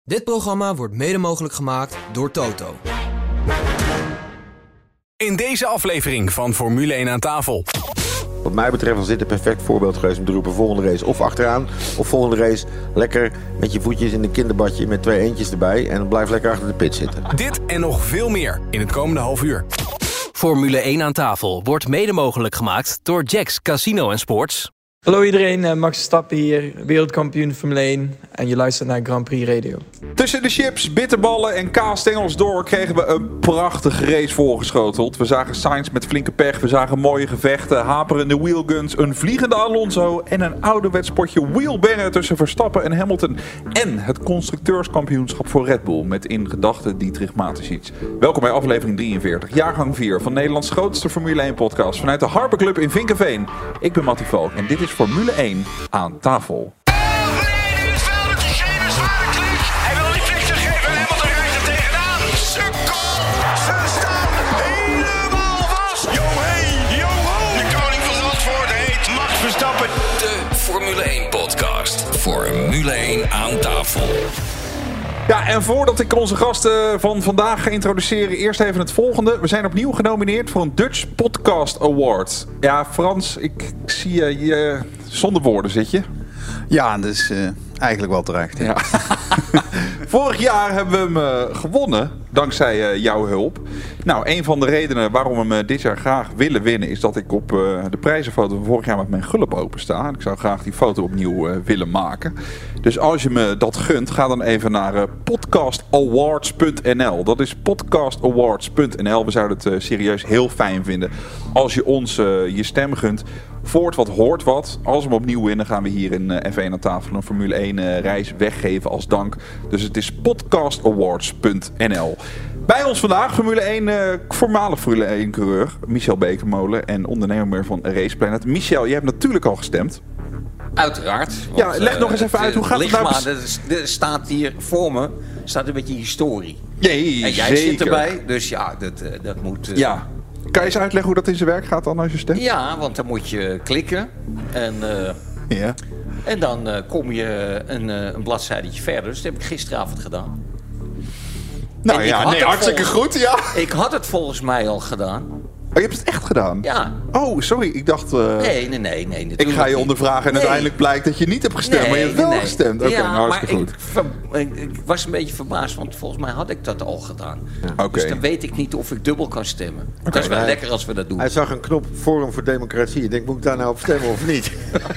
Dit programma wordt mede mogelijk gemaakt door Toto. In deze aflevering van Formule 1 aan tafel. Wat mij betreft was dit een perfect voorbeeld geweest om te roepen volgende race of achteraan. Of volgende race lekker met je voetjes in een kinderbadje met 2 eentjes erbij. En blijf lekker achter de pit zitten. Dit en nog veel meer in het komende half uur. Formule 1 aan tafel wordt mede mogelijk gemaakt door Jack's Casino Sports. Hallo iedereen, Max Verstappen hier, wereldkampioen Formule 1 en je luistert naar Grand Prix Radio. Tussen de chips, bitterballen en kaasstengels door kregen we een prachtige race voorgeschoteld. We zagen Sainz met flinke pech, we zagen mooie gevechten, haperende wheelguns, een vliegende Alonso en een ouderwets potje wheelbanger tussen Verstappen en Hamilton. En het constructeurskampioenschap voor Red Bull met in gedachten Dietrich Mateschitz. Welkom bij aflevering 43, jaargang 4 van Nederlands grootste Formule 1 podcast vanuit de Harper Club in Vinkenveen. Ik ben Mattie Valk en dit is Formule 1 aan tafel. De Formule 1 podcast. Formule 1 aan tafel. Ja, en voordat ik onze gasten van vandaag ga introduceren, eerst even het volgende. We zijn opnieuw genomineerd voor een Dutch Podcast Award. Ja, Frans, ik zie je zonder woorden zit je. Ja, dus eigenlijk wel terecht. Ja. Vorig jaar hebben we hem gewonnen, dankzij jouw hulp. Nou, een van de redenen waarom we hem dit jaar graag willen winnen is dat ik op de prijzenfoto van vorig jaar met mijn gulp open sta. Ik zou graag die foto opnieuw willen maken. Dus als je me dat gunt, ga dan even naar podcastawards.nl. Dat is podcastawards.nl. We zouden het serieus heel fijn vinden als je ons je stem gunt. Voort wat hoort wat. Als we hem opnieuw winnen, gaan we hier in F1 aan tafel een Formule 1 reis weggeven als dank. Dus het is podcastawards.nl. Bij ons vandaag Formule 1, voormalig Formule 1 coureur Michel Bekermolen en ondernemer van Race Planet. Michel, jij hebt natuurlijk al gestemd. Uiteraard. Want, ja, leg nog eens even uit, hoe gaat het nou? Er staat hier voor me, staat een beetje historie. Nee, en jij zeker. Zit erbij, dus ja, dat moet... Ja. Kan je eens uitleggen hoe dat in zijn werk gaat dan als je stemt? Ja, want dan moet je klikken en, ja. En dan kom je een bladzijde verder. Dus dat heb ik gisteravond gedaan. Nou ja, nee, hartstikke goed, ja. Ik had het volgens mij al gedaan. Oh, je hebt het echt gedaan? Ja. Oh, sorry, ik dacht... Nee. Ik ga je ondervragen en uiteindelijk blijkt dat je niet hebt gestemd, maar je hebt wel gestemd. Oké, nou, hartstikke goed. Ik was een beetje verbaasd, want volgens mij had ik dat al gedaan. Ja. Dus dan weet ik niet of ik dubbel kan stemmen. Dat is wel lekker als we dat doen. Hij zag een knop Forum voor Democratie. Ik denk, moet ik daar nou op stemmen of niet?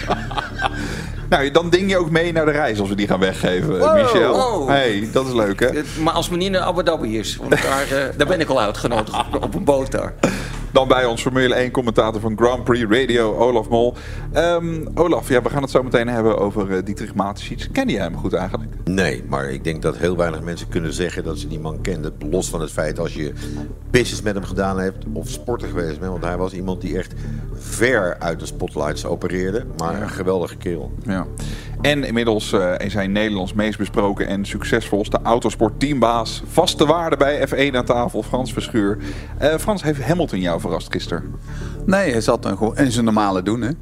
Nou, dan ding je ook mee naar de reis als we die gaan weggeven, Michel. Oh. Hey, dat is leuk, hè? Maar als meneer naar Abu Dhabi is, want daar ben ik al uitgenodigd op een boot daar. Dan bij ons Formule 1 commentator van Grand Prix Radio, Olaf Mol. Olaf, ja, we gaan het zo meteen hebben over Dietrich Mateschitz. Ken jij hem goed eigenlijk? Nee, maar ik denk dat heel weinig mensen kunnen zeggen dat ze die man kenden. Los van het feit als je business met hem gedaan hebt of sporter geweest bent. Want hij was iemand die echt ver uit de spotlights opereerde. Maar een geweldige kerel. Ja. En inmiddels is hij Nederlands meest besproken en succesvolste autosportteambaas. Vaste waarde bij F1 aan tafel, Frans Verschuur. Frans, heeft Hamilton jou verrast gisteren? Nee, hij zat dan gewoon in zijn normale doen, hè.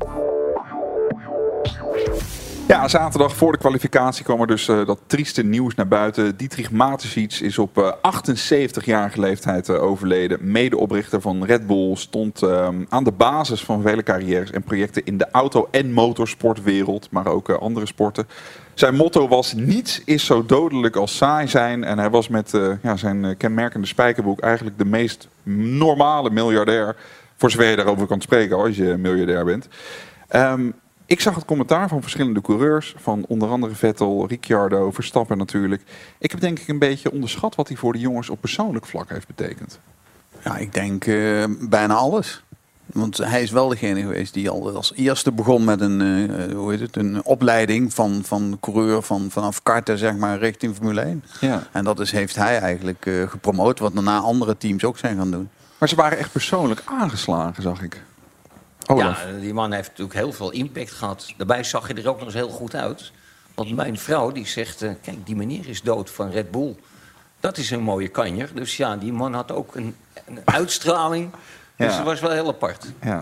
Ja, zaterdag voor de kwalificatie kwam er dus dat trieste nieuws naar buiten. Dietrich Mateschitz is op 78-jarige leeftijd overleden. Medeoprichter van Red Bull, stond aan de basis van vele carrières en projecten in de auto- en motorsportwereld, maar ook andere sporten. Zijn motto was: niets is zo dodelijk als saai zijn. En hij was met zijn kenmerkende spijkerboek eigenlijk de meest normale miljardair. Voor zover je daarover kan spreken als je miljardair bent. Ik zag het commentaar van verschillende coureurs, van onder andere Vettel, Ricciardo, Verstappen natuurlijk. Ik heb denk ik een beetje onderschat wat hij voor de jongens op persoonlijk vlak heeft betekend. Ja, ik denk bijna alles. Want hij is wel degene geweest die al als eerste begon met een opleiding van coureur vanaf karten, zeg maar, richting Formule 1. Ja. En dat heeft hij eigenlijk gepromoot, wat daarna andere teams ook zijn gaan doen. Maar ze waren echt persoonlijk aangeslagen, zag ik. Olaf. Ja, die man heeft natuurlijk heel veel impact gehad. Daarbij zag je er ook nog eens heel goed uit. Want mijn vrouw die zegt, kijk, die meneer is dood van Red Bull. Dat is een mooie kanjer. Dus ja, die man had ook een uitstraling. Dus dat was wel heel apart. Ja.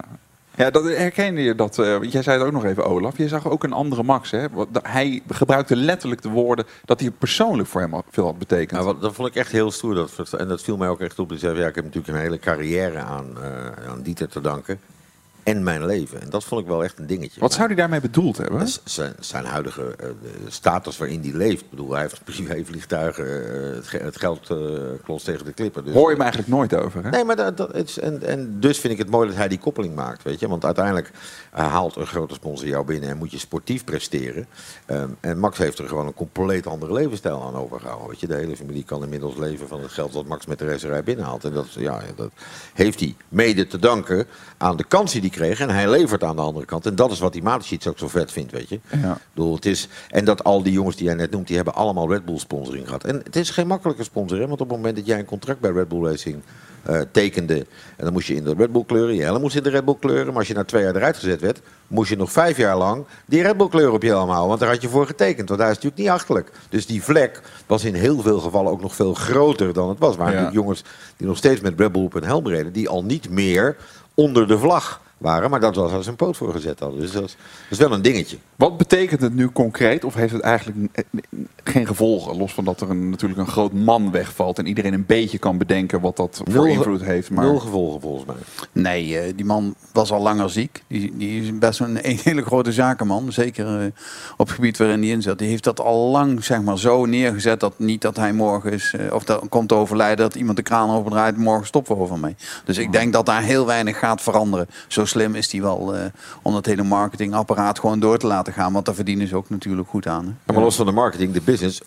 Ja, dat herkende je dat. Jij zei het ook nog even, Olaf. Je zag ook een andere Max. Hè? Hij gebruikte letterlijk de woorden dat hij persoonlijk voor hem veel had betekend. Nou, dat vond ik echt heel stoer. En dat viel mij ook echt op. Dus ik heb natuurlijk een hele carrière aan Dieter te danken. En mijn leven. En dat vond ik wel echt een dingetje. Wat zou hij daarmee bedoeld hebben? Zijn huidige status waarin hij leeft. Ik bedoel, hij heeft privévliegtuigen. Het geld klopt tegen de klippen. Dus. Hoor je hem eigenlijk nooit over, hè? Nee, maar dus vind ik het mooi dat hij die koppeling maakt. Weet je? Want uiteindelijk haalt een grote sponsor jou binnen en moet je sportief presteren. En Max heeft er gewoon een compleet andere levensstijl aan overgehouden. Weet je? De hele familie kan inmiddels leven van het geld dat Max met de racerij binnenhaalt. En dat heeft hij mede te danken aan de kans die hij kreeg. En hij levert aan de andere kant. En dat is wat die Mateschitz ook zo vet vindt, weet je. Ja. Bedoel, en dat al die jongens die jij net noemt, die hebben allemaal Red Bull sponsoring gehad. En het is geen makkelijke sponsor, hè? Want op het moment dat jij een contract bij Red Bull Racing tekende, en dan moest je in de Red Bull kleuren, je helm moest in de Red Bull kleuren, maar als je na 2 jaar eruit gezet werd, moest je nog 5 jaar lang die Red Bull kleur op je helm houden, want daar had je voor getekend, want hij is natuurlijk niet achterlijk. Dus die vlek was in heel veel gevallen ook nog veel groter dan het was. Maar natuurlijk jongens die nog steeds met Red Bull op hun helm reden, die al niet meer onder de vlag waren, maar dat was als een poot voor gezet hadden. Dus dat is wel een dingetje. Wat betekent het nu concreet? Of heeft het eigenlijk geen gevolgen? Los van dat er natuurlijk een groot man wegvalt en iedereen een beetje kan bedenken wat dat voor invloed heeft. Maar 0 gevolgen volgens mij. Nee, die man was al langer ziek. Die is best een hele grote zakenman. Zeker op het gebied waarin hij in zat. Die heeft dat al lang zeg maar, zo neergezet dat niet dat hij morgen is, of dat komt te overlijden, dat iemand de kraan opendraait, morgen stoppen we van mee. Dus ik denk dat daar heel weinig gaat veranderen. Zo slim is die wel om dat hele marketingapparaat gewoon door te laten gaan. Want daar verdienen ze ook natuurlijk goed aan. Hè? Ja, maar los van de marketing, de business,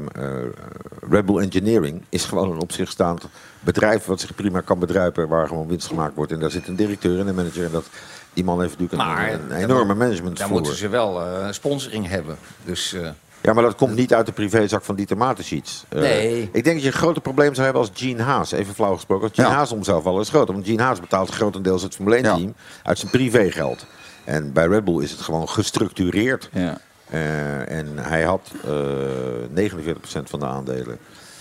Red Bull Engineering is gewoon een op zich staand bedrijf wat zich prima kan bedruipen, waar gewoon winst gemaakt wordt. En daar zit een directeur en een manager. En die man heeft natuurlijk een enorme management. Daar moeten ze wel sponsoring hebben. Dus... Ja, maar dat komt niet uit de privézak van Dieter Mateschitz. Nee. Ik denk dat je een groter probleem zou hebben als Gene Haas. Even flauw gesproken. Als Gene Haas om zou vallen is groter. Want Gene Haas betaalt grotendeels het Formule 1 team uit zijn privégeld. En bij Red Bull is het gewoon gestructureerd. Ja. En hij had 49% van de aandelen.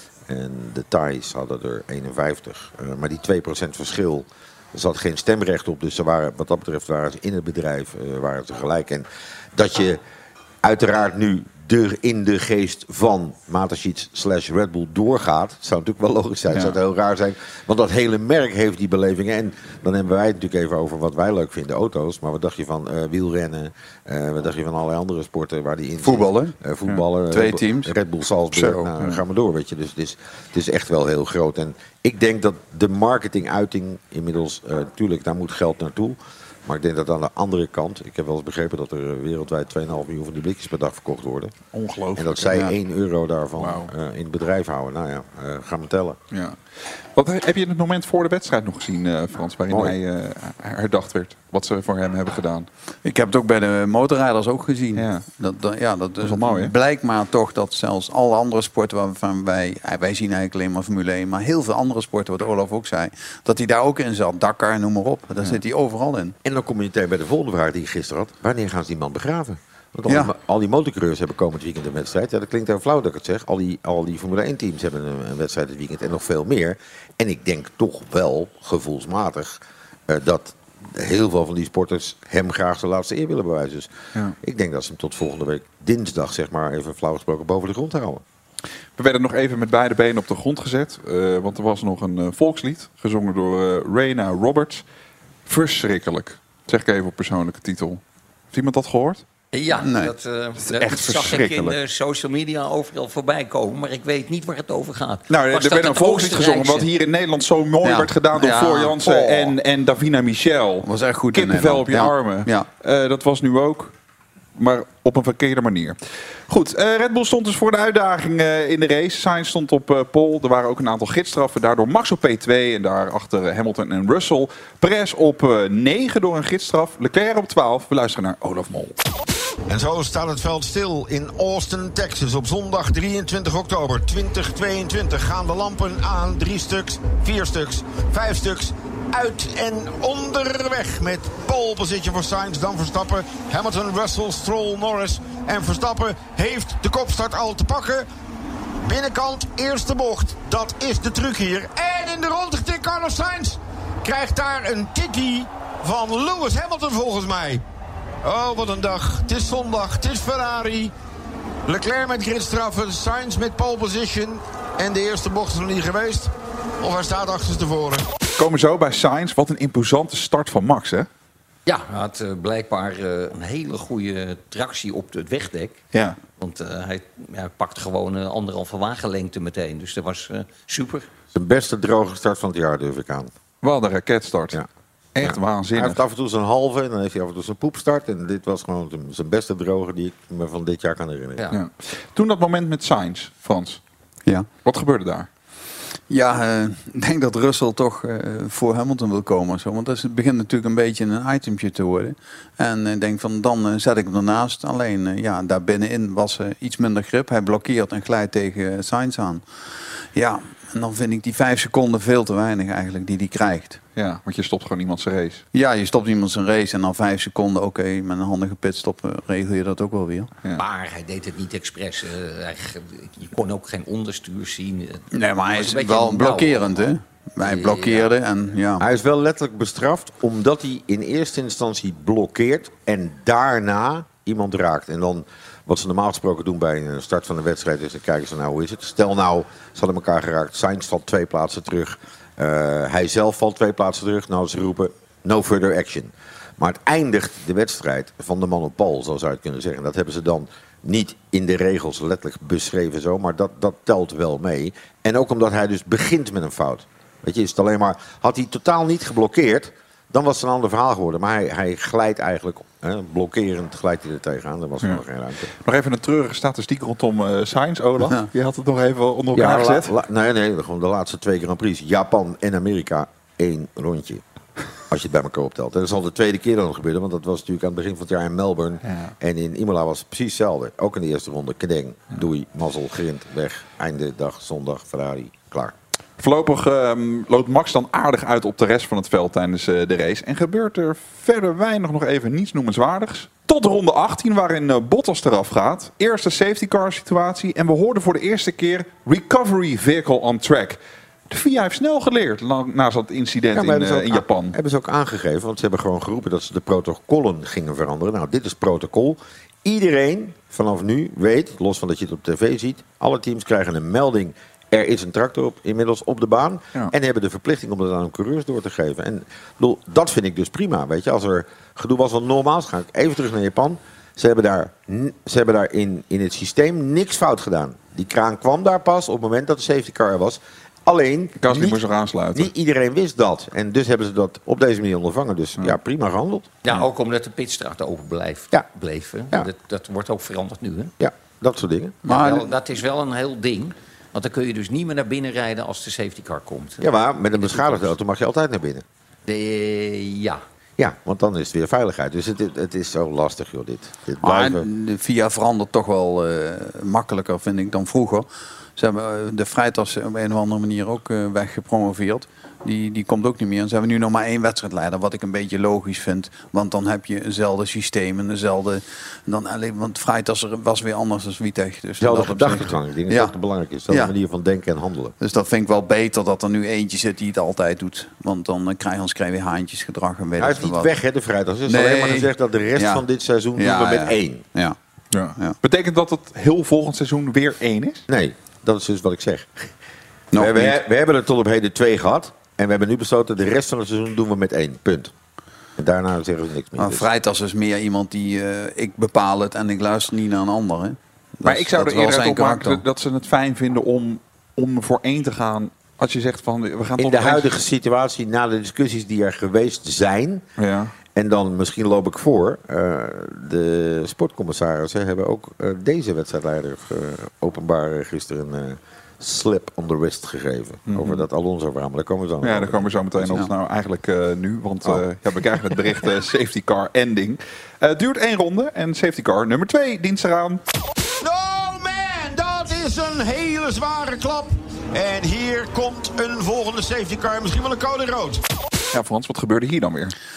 En de Thais hadden er 51%. Maar die 2% verschil, er zat geen stemrecht op. Dus wat dat betreft waren ze in het bedrijf waren ze gelijk. En dat je uiteraard nu in de geest van Mateschitz / Red Bull doorgaat. Het zou natuurlijk wel logisch zijn. Het zou heel raar zijn. Want dat hele merk heeft die belevingen. En dan hebben wij het natuurlijk even over wat wij leuk vinden. Auto's. Maar wat dacht je van wielrennen? Wat dacht je van allerlei andere sporten waar die in voetballen? Voetballen. 2 teams. Red Bull Salzburg. Ga maar door. Weet je. Dus het is echt wel heel groot. En ik denk dat de marketinguiting inmiddels, natuurlijk, daar moet geld naartoe. Maar ik denk dat aan de andere kant, ik heb wel eens begrepen dat er wereldwijd 2,5 miljoen van die blikjes per dag verkocht worden. Ongelooflijk. En dat zij €1 daarvan in het bedrijf houden. Nou ja, ga maar tellen. Ja. Wat heb je in het moment voor de wedstrijd nog gezien, Frans, waarin hij herdacht werd? Wat ze voor hem hebben gedaan? Ik heb het ook bij de motorrijders ook gezien. Ja. Dat is wel mooi, hè? Blijkt maar toch dat zelfs alle andere sporten waarvan wij zien eigenlijk alleen maar Formule 1, maar heel veel andere sporten, wat Olaf ook zei, dat hij daar ook in zat. Dakar, noem maar op. Daar zit hij overal in. En dan kom je meteen bij de volgende vraag die ik gisteren had. Wanneer gaan ze die man begraven? Want al die motorcoureurs hebben komend weekend een wedstrijd. Ja, dat klinkt heel flauw dat ik het zeg. Al die Formule 1 teams hebben een wedstrijd dit weekend en nog veel meer. En ik denk toch wel gevoelsmatig dat heel veel van die sporters hem graag zijn laatste eer willen bewijzen. Dus ik denk dat ze hem tot volgende week dinsdag, zeg maar, even flauw gesproken, boven de grond houden. We werden nog even met beide benen op de grond gezet. Want er was nog een volkslied, gezongen door Raina Roberts. Verschrikkelijk. Zeg ik even op persoonlijke titel. Heeft iemand dat gehoord? Ja, nee. dat echt zag ik in de social media overal voorbij komen. Maar ik weet niet waar het over gaat. Nou, er werd een volkslied gezongen wat hier in Nederland zo mooi werd gedaan door Floor Jansen en Davina Michel. Was echt goed. Kippenvel op je armen. Ja. Dat was nu ook. Maar op een verkeerde manier. Goed, Red Bull stond dus voor de uitdaging in de race. Sainz stond op pole. Er waren ook een aantal gidsstraffen. Daardoor Max op P2 en daarachter Hamilton en Russell. Perez op 9 door een gidsstraf. Leclerc op 12. We luisteren naar Olaf Mol. En zo staat het veld stil in Austin, Texas. Op zondag 23 oktober 2022 gaan de lampen aan. 3 stuks, 4 stuks, 5 stuks. Uit en onderweg met pole position voor Sainz, dan Verstappen, Hamilton, Russell, Stroll, Norris. En Verstappen heeft de kopstart al te pakken. Binnenkant, eerste bocht. Dat is de truc hier. En in de rondte Carlos Sainz krijgt daar een tikkie van Lewis Hamilton volgens mij. Oh, wat een dag. Het is zondag, het is Ferrari. Leclerc met gridstraffen, Sainz met pole position. En de eerste bocht is nog niet geweest. Of hij staat achterstevoren. Komen zo bij Sainz. Wat een imposante start van Max, hè? Ja, hij had blijkbaar een hele goede tractie op het wegdek. Ja. Want hij pakt gewoon 1,5 wagenlengte meteen. Dus dat was super. Zijn beste droge start van het jaar, durf ik aan. Wel de raketstart. Ja. Echt waanzinnig. Hij heeft af en toe zijn halve en dan heeft hij af en toe zijn poepstart. En dit was gewoon zijn beste droge die ik me van dit jaar kan herinneren. Ja. Ja. Toen dat moment met Sainz, Frans. Ja. Wat gebeurde daar? Ja, ik denk dat Russell toch voor Hamilton wil komen. Zo. Want het begint natuurlijk een beetje een itempje te worden. En ik denk van dan zet ik hem ernaast. Alleen daar binnenin was iets minder grip. Hij blokkeert en glijdt tegen Sainz aan. Ja, en dan vind ik die 5 seconden veel te weinig eigenlijk die hij krijgt. Ja, want je stopt gewoon iemand zijn race. Ja, je stopt iemand zijn race en dan 5 seconden, oké, met een handige pitstop regel je dat ook wel weer. Ja. Maar hij deed het niet expres. Je kon ook geen onderstuur zien. Nee, maar hij Het is was een wel beetje blokkerend, hè? Hij blokkeerde en ja. Hij is wel letterlijk bestraft omdat hij in eerste instantie blokkeert en daarna iemand raakt. En dan, wat ze normaal gesproken doen bij een start van een wedstrijd, is dan kijken ze nou, hoe is het? Stel nou, ze hadden elkaar geraakt. Sainz valt 2 plaatsen terug. Hij zelf valt 2 plaatsen terug. Nou, ze roepen no further action. Maar het eindigt de wedstrijd van de man op pole, zo zou je het kunnen zeggen. Dat hebben ze dan niet in de regels letterlijk beschreven zo, maar dat telt wel mee. En ook omdat hij dus begint met een fout. Weet je, is het alleen maar, had hij totaal niet geblokkeerd, dan was het een ander verhaal geworden. Maar hij glijdt eigenlijk, blokkerend glijdt hij er tegenaan. Dan was er nog geen ruimte. Nog even een treurige statistiek rondom Sainz, Olaf. Ja. Je had het nog even onder elkaar gezet. Nee, gewoon de laatste 2 Grand Prix. Japan en Amerika, 1 rondje. Als je het bij elkaar optelt. En dat is al de tweede keer dan gebeuren. Want dat was natuurlijk aan het begin van het jaar in Melbourne. Ja. En in Imola was het precies hetzelfde. Ook in de eerste ronde. Kedeng, doei, mazzel, grind, weg. Einde dag, zondag, Ferrari, klaar. Voorlopig loopt Max dan aardig uit op de rest van het veld tijdens de race. En gebeurt er verder weinig nog even niets noemenswaardigs. Tot ronde 18 waarin Bottas eraf gaat. Eerste safety car situatie. En we hoorden voor de eerste keer recovery vehicle on track. De FIA heeft snel geleerd na dat incident in Japan. Hebben ze ook aangegeven, want ze hebben gewoon geroepen dat ze de protocollen gingen veranderen. Nou, dit is protocol. Iedereen vanaf nu weet, los van dat je het op tv ziet, alle teams krijgen een melding. Er is een tractor inmiddels op de baan. Ja. En hebben de verplichting om dat aan hun coureurs door te geven. En dat vind ik dus prima. Weet je, als er gedoe was, want normaal ga ik even terug naar Japan. Ze hebben daar in het systeem niks fout gedaan. Die kraan kwam daar pas op het moment dat de safety car er was. Alleen, moest er aansluiten. Niet iedereen wist dat. En dus hebben ze dat op deze manier ondervangen. Dus ja, prima gehandeld. Ja, ook omdat de pitstraat open bleef. Ja. Dat wordt ook veranderd nu, hè? Ja, dat soort dingen. Maar dat is wel een heel ding. Want dan kun je dus niet meer naar binnen rijden als de safety car komt. Ja, maar met een beschadigde auto mag je altijd naar binnen. Ja. Ja, want dan is het weer veiligheid. Dus het is zo lastig, joh, dit maar de VIA verandert toch wel makkelijker, vind ik, dan vroeger. Ze hebben de Freitas op een of andere manier ook weggepromoveerd. Die komt ook niet meer. En ze hebben nu nog maar 1 wedstrijdleider, wat ik een beetje logisch vind. Want dan heb je eenzelfde systeem en dezelfde... Want Freitas was weer anders dan Wietech. Dus dezelfde gedachtegang. Ik denk dat dat belangrijk is. Dezelfde manier van denken en handelen. Dus dat vind ik wel beter dat er nu eentje zit die het altijd doet. Want dan krijg je weer haantjesgedrag. En hij is niet weg, hè, de Freitas. Het is alleen maar gezegd dat de rest van dit seizoen doen we met 1. Ja. Betekent dat het heel volgend seizoen weer 1 is? Nee, dat is dus wat ik zeg. We hebben er tot op heden 2 gehad. En we hebben nu besloten, de rest van het seizoen doen we met 1. Punt. En daarna zeggen ze niks meer. Maar Freitas is meer iemand die, ik bepaal het en ik luister niet naar een ander. Hè? Maar ik zou er eerder op maken dat ze het fijn vinden om voor 1 te gaan. Als je zegt van, we gaan in de huidige situatie, na de discussies die er geweest zijn. Ja. En dan misschien loop ik voor. De sportcommissarissen hebben ook deze wedstrijdleider openbaar gisteren een slip on the wrist gegeven. Over dat Alonso-verhaal. Maar daar komen we zo daar komen we zo meteen op. Nou, eigenlijk nu. Want we krijgen het bericht safety car ending. Duurt 1 ronde en safety car nummer 2 dient eraan. Oh man, dat is een hele zware klap. En hier komt een volgende safety car. Misschien wel een code rood. Ja, Frans, wat gebeurde hier dan weer?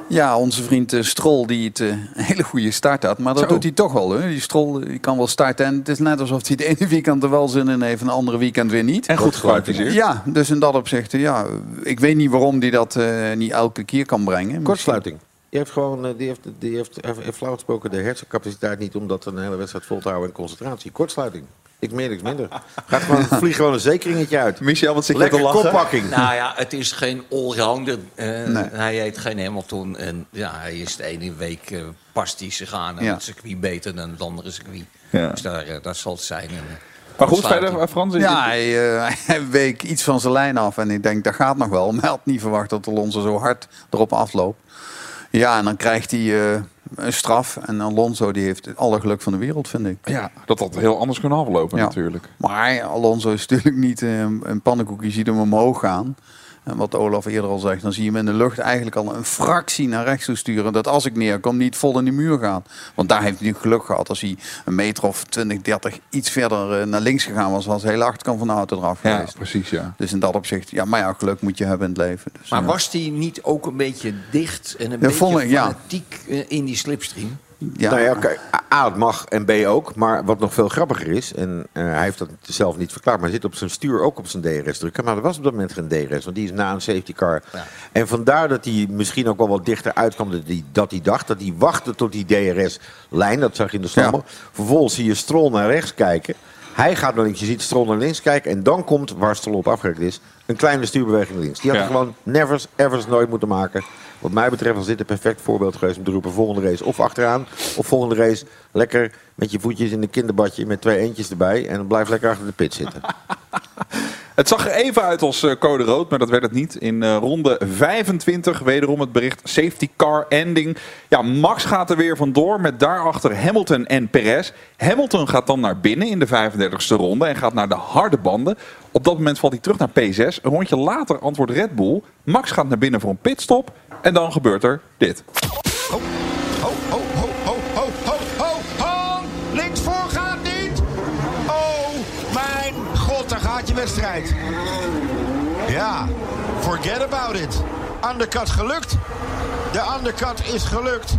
Ja, onze vriend Stroll die het een hele goede start had. Maar dat doet hij toch wel. Hè? Die Stroll die kan wel starten. En het is net alsof hij de ene weekend er wel zin in heeft en de andere weekend weer niet. En goed gekwalificeerd. Ja, dus in dat opzicht, ik weet niet waarom hij dat niet elke keer kan brengen. Kortsluiting. Die heeft gewoon, die heeft flauw gesproken de hersencapaciteit niet om dat een hele wedstrijd vol te houden en concentratie. Kortsluiting. Niks meer, niks minder. Vliegt gewoon een zekeringetje uit. Michel, wat zit je lekker te lachen? koppakking. Nou ja, het is geen allrounder. Hij heet geen Hamilton. En ja, hij is de ene week past hij zich aan. En het circuit beter dan het andere circuit. Ja. Dus daar zal het zijn. Maar goed, verder, Frans? Ja, hij week iets van zijn lijn af. En ik denk, dat gaat nog wel. Maar hij had niet verwacht dat Alonso zo hard erop afloopt. Ja, en dan krijgt hij een straf. En Alonso die heeft alle geluk van de wereld, vind ik. Ja, dat had heel anders kunnen aflopen natuurlijk. Maar Alonso is natuurlijk niet een pannenkoek. Je ziet hem omhoog gaan. En wat Olaf eerder al zegt, dan zie je hem in de lucht eigenlijk al een fractie naar rechts toe sturen. Dat als ik neerkom niet vol in de muur gaat. Want daar heeft hij natuurlijk geluk gehad. Als hij een meter of 20, 30 iets verder naar links gegaan was de hele achterkant van de auto eraf geweest. Ja, precies, ja. Dus in dat opzicht, geluk moet je hebben in het leven. Dus, maar was hij niet ook een beetje dicht en een beetje fanatiek in die slipstream? Ja. Nou ja, okay. A, het mag en B ook. Maar wat nog veel grappiger is, en hij heeft dat zelf niet verklaard, maar hij zit op zijn stuur ook op zijn DRS drukken. Maar er was op dat moment geen DRS, want die is na een safety car. Ja. En vandaar dat hij misschien ook wel wat dichter uitkwam dat hij dacht. Dat hij wachtte tot die DRS-lijn, dat zag je in de slammer. Ja. Vervolgens zie je Stroll naar rechts kijken. Hij gaat naar links, je ziet Stroll naar links kijken. En dan komt, waar Stroll op afgerekt is, een kleine stuurbeweging links. Die had hij gewoon nevers, evers nooit moeten maken. Wat mij betreft was dit een perfect voorbeeld geweest om te roepen volgende race of achteraan. Of volgende race lekker met je voetjes in een kinderbadje met 2 eentjes erbij. En dan blijf lekker achter de pit zitten. Het zag er even uit als code rood, maar dat werd het niet. In ronde 25 wederom het bericht safety car ending. Ja, Max gaat er weer vandoor met daarachter Hamilton en Perez. Hamilton gaat dan naar binnen in de 35e ronde en gaat naar de harde banden. Op dat moment valt hij terug naar P6. Een rondje later antwoordt Red Bull. Max gaat naar binnen voor een pitstop en dan gebeurt er dit. Ho, ho, ho, ho, ho, ho, ho, ho, ho. Links voor gaat niet. Oh, mijn god, daar gaat je wedstrijd. Ja, forget about it. Undercut gelukt. De undercut is gelukt.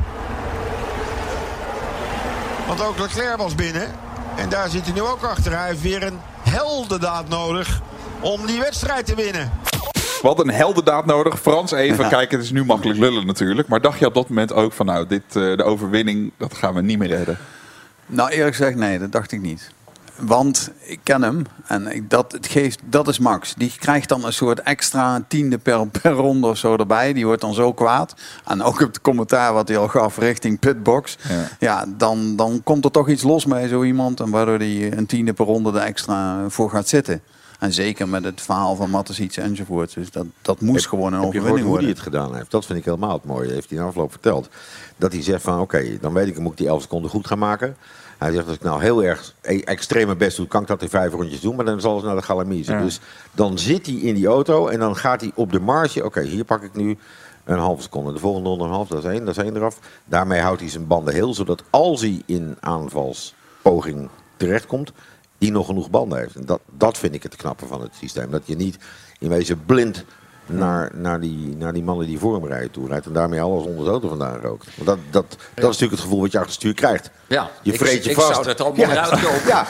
Want ook Leclerc was binnen. En daar zit hij nu ook achter. Hij heeft weer een heldendaad nodig om die wedstrijd te winnen. Wat een heldendaad nodig. Frans, even kijken, het is nu makkelijk lullen natuurlijk. Maar dacht je op dat moment ook van de overwinning, dat gaan we niet meer redden? Nou, eerlijk gezegd, nee, dat dacht ik niet. Want ik ken hem en dat is Max. Die krijgt dan een soort extra tiende per ronde of zo erbij. Die wordt dan zo kwaad. En ook op het commentaar wat hij al gaf richting pitbox. Ja, dan komt er toch iets los mee zo iemand. En waardoor hij een tiende per ronde er extra voor gaat zitten. En zeker met het verhaal van Matasic enzovoort. Dus dat moest gewoon een overwinning worden. Hoe hij het gedaan heeft? Dat vind ik helemaal het mooie. Heeft hij in afloop verteld. Dat hij zegt van oké, dan weet ik, dan moet ik die 11 seconden goed gaan maken. Hij zegt, als ik nou heel erg extreem mijn best doe, kan ik dat in 5 rondjes doen. Maar dan zal het naar de galamiezen. Ja. Dus dan zit hij in die auto en dan gaat hij op de marge. Oké, hier pak ik nu een halve seconde. De volgende ronde een half, dat is één eraf. Daarmee houdt hij zijn banden heel, zodat als hij in aanvalspoging terechtkomt, die nog genoeg banden heeft. En dat vind ik het knappe van het systeem. Dat je niet in wezen blind naar die mannen die voor hem rijden toe rijdt en daarmee alles onder de auto vandaan rookt. Want dat is natuurlijk het gevoel wat je achter het stuur krijgt. Ja, je vreet je vast. Ik zou dat allemaal uitkomen. Ja.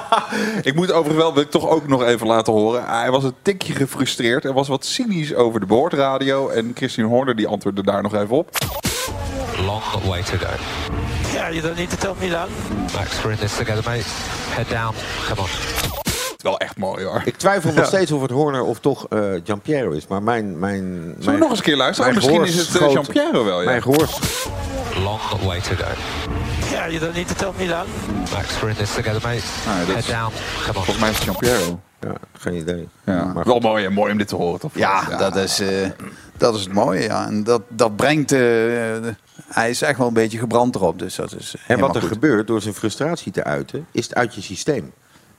Ik moet overigens wel, wil ik toch ook nog even laten horen. Hij was een tikje gefrustreerd. Er was wat cynisch over de boordradio. En Christian Horner die antwoordde daar nog even op. Long way to go. Yeah, you don't need to tell me that. Max, we're in this together, mate. Head down. Come on. Wel echt mooi hoor. Ik twijfel nog steeds of het Horner of toch Giampiero is. Maar Zullen we nog eens een keer luisteren? Misschien is het Giampiero wel, ja. Mijn gehoor. Long way to go. Yeah, you don't need to tell me that. Max, we're in this together, mate. Head down. Come on. Volgens mij is het Giampiero. Ja, geen idee. Ja, maar wel mooi om dit te horen, toch? Ja, dat is het mooie, ja. En dat brengt... hij is echt wel een beetje gebrand erop, dus dat is en wat er goed. gebeurt door zijn frustratie te uiten, is het uit je systeem.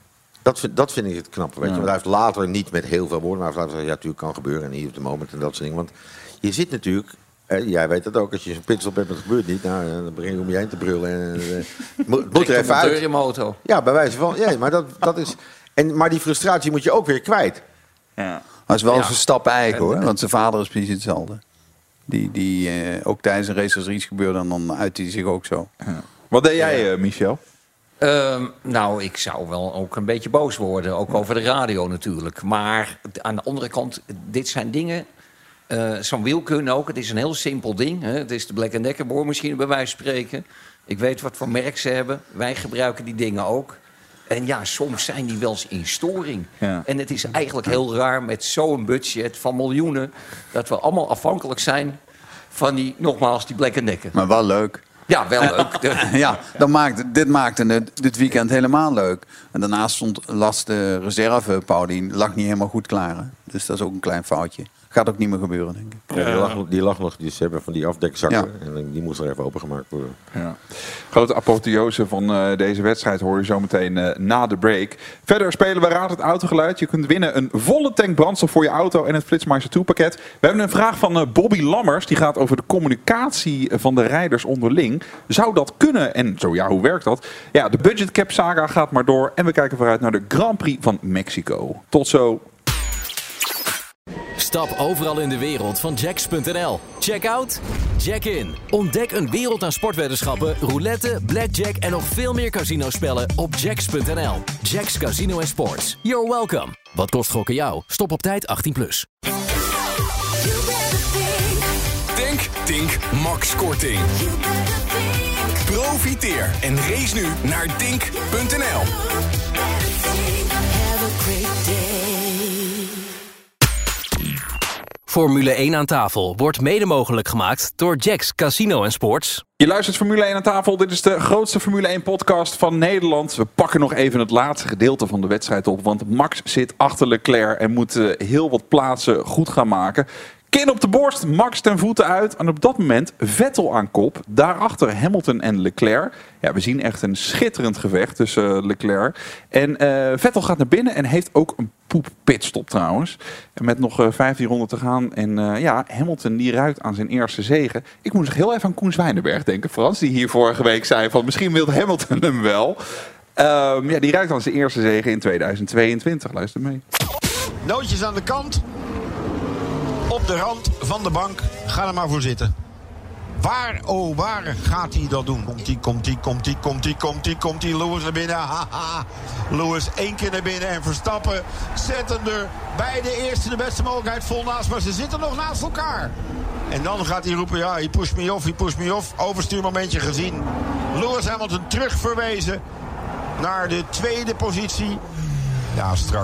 Dat vind ik het knappe, weet je. Want hij heeft later niet met heel veel woorden, maar hij heeft later gezegd, ja, natuurlijk kan gebeuren en hier op de moment en dat soort dingen. Want je zit natuurlijk, jij weet dat ook, als je zo'n pitstop hebt en het gebeurt niet, nou, dan begin je om je heen te brullen. En, het moet er even uit. Deur in mijn auto. Ja, bij wijze van, ja, maar dat is... Maar die frustratie moet je ook weer kwijt. Ja. Maar het is wel een Verstappen eigen hoor, want zijn vader is precies hetzelfde. Die ook tijdens een race als er iets gebeurde en dan uit hij zich ook zo. Ja. Wat deed jij, Michel? Nou, ik zou wel ook een beetje boos worden. Ook over de radio natuurlijk. Maar aan de andere kant, dit zijn dingen... Zo'n wielkunde ook. Het is een heel simpel ding. Hè? Het is de Black & Decker boormachine bij wijze van spreken. Ik weet wat voor merk ze hebben. Wij gebruiken die dingen ook. En ja, soms zijn die wel eens in storing. Ja. En het is eigenlijk heel raar met zo'n budget van miljoenen... dat we allemaal afhankelijk zijn van die Black & Decker. Maar wel leuk. Ja, wel leuk. Ja, dit maakte dit weekend helemaal leuk. En daarnaast las de reserve, Paulien, lag niet helemaal goed klaar. Hè? Dus dat is ook een klein foutje. Gaat ook niet meer gebeuren, denk ik. Ja, die lag nog, dus ze hebben van die afdekzakken. Ja. En die moest er even opengemaakt worden. Ja. Grote apotheose van deze wedstrijd hoor je zo meteen na de break. Verder spelen we Raad het Autogeluid. Je kunt winnen een volle tank brandstof voor je auto en het Flitsmeister 2 pakket. We hebben een vraag van Bobby Lammers. Die gaat over de communicatie van de rijders onderling. Zou dat kunnen? En zo ja, hoe werkt dat? Ja, de budget cap saga gaat maar door. En we kijken vooruit naar de Grand Prix van Mexico. Tot zo. Stap overal in de wereld van Jacks.nl. Check out, check in. Ontdek een wereld aan sportweddenschappen, roulette, blackjack en nog veel meer casinospellen op Jacks.nl. Jacks Casino en Sports. You're welcome. Wat kost gokken jou? Stop op tijd 18+. Tank Tink Max Korting. Profiteer en race nu naar Tink.nl. Formule 1 aan tafel wordt mede mogelijk gemaakt door Jacks Casino en Sports. Je luistert Formule 1 aan tafel. Dit is de grootste Formule 1 podcast van Nederland. We pakken nog even het laatste gedeelte van de wedstrijd op. Want Max zit achter Leclerc en moet heel wat plaatsen goed gaan maken. Kin op de borst, Max ten voeten uit. En op dat moment Vettel aan kop. Daarachter Hamilton en Leclerc. Ja, we zien echt een schitterend gevecht tussen Leclerc. En Vettel gaat naar binnen en heeft ook een pitstop trouwens. En met nog 15 ronden te gaan. En Hamilton die ruikt aan zijn eerste zege. Ik moet nog heel even aan Koen Zwijnenberg denken, Frans. Die hier vorige week zei van misschien wil Hamilton hem wel. Die ruikt aan zijn eerste zege in 2022. Luister mee. Nootjes aan de kant. Op de rand van de bank. Ga er maar voor zitten. Waar gaat hij dat doen? Komt hij. Lewis naar binnen. Haha. Lewis 1 keer naar binnen en Verstappen zetten er bij de eerste de beste mogelijkheid vol naast. Maar ze zitten nog naast elkaar. En dan gaat hij roepen, ja, he pushed me off. Overstuurmomentje gezien. Lewis Hamilton terug verwezen naar de tweede positie. Ja, strak.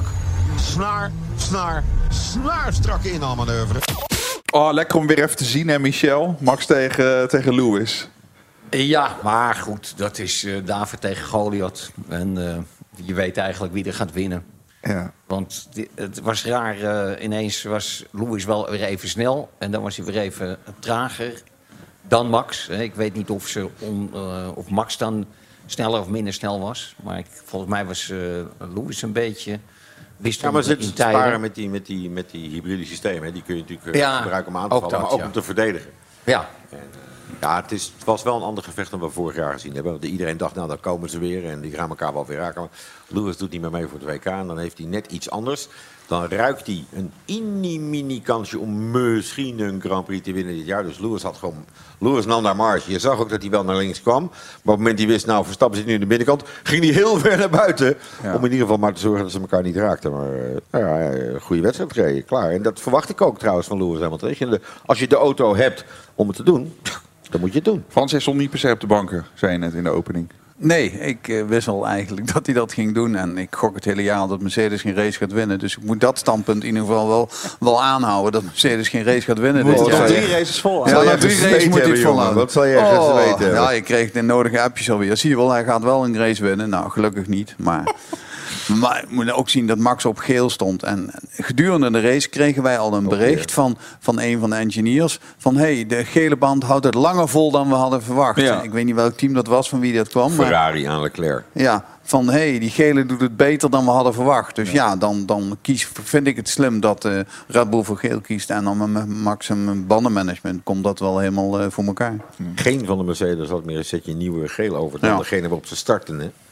Strakke inhaalmanoeuvre. Oh, lekker om weer even te zien, hè, Michel? Max tegen Lewis. Ja, maar goed, dat is David tegen Goliath. En je weet eigenlijk wie er gaat winnen. Ja. Want het was raar, ineens was Lewis wel weer even snel. En dan was hij weer even trager dan Max. Ik weet niet of Max dan sneller of minder snel was. Maar volgens mij was Lewis een beetje... Ja, maar ze sparen met die hybride systemen. Die kun je natuurlijk gebruiken om aan te vallen, maar ook om te verdedigen. Ja. En, het was wel een ander gevecht dan we vorig jaar gezien hebben. Want iedereen dacht, nou dan komen ze weer en die gaan elkaar wel weer raken. Maar Lewis doet niet meer mee voor het WK en dan heeft hij net iets anders. Dan ruikt hij een mini kansje om misschien een Grand Prix te winnen dit jaar. Dus Lewis nam daar marge. Je zag ook dat hij wel naar links kwam. Maar op het moment hij wist, nou Verstappen zit nu aan de binnenkant, ging hij heel ver naar buiten. Ja. Om in ieder geval maar te zorgen dat ze elkaar niet raakten. Maar goede wedstrijd gereden, klaar. En dat verwacht ik ook trouwens van Lewis Hamilton. Als je de auto hebt om het te doen, dan moet je het doen. Frans is stond niet per se op de banken, zei je net in de opening. Nee, ik wist al eigenlijk dat hij dat ging doen. En ik gok het hele jaar dat Mercedes geen race gaat winnen. Dus ik moet dat standpunt in ieder geval wel aanhouden. Dat Mercedes geen race gaat winnen. Moet nog 3 races vol. Ja, nog 3 races moet hij het volhouden. Wat zal je ergens weten? Ja, je kreeg de nodige appjes alweer. Zie je wel, hij gaat wel een race winnen. Nou, gelukkig niet. Maar je moet ook zien dat Max op geel stond. En gedurende de race kregen wij al een bericht van een van de engineers. Van de gele band houdt het langer vol dan we hadden verwacht. Ja. Ik weet niet welk team dat was, van wie dat kwam. Ferrari aan Leclerc. Ja, van die gele doet het beter dan we hadden verwacht. Dus dan vind ik het slim dat Red Bull voor geel kiest. En dan met Max en bandenmanagement komt dat wel helemaal voor elkaar. Geen van de Mercedes had meer een setje nieuwe geel over dan degene waarop ze starten. Hè?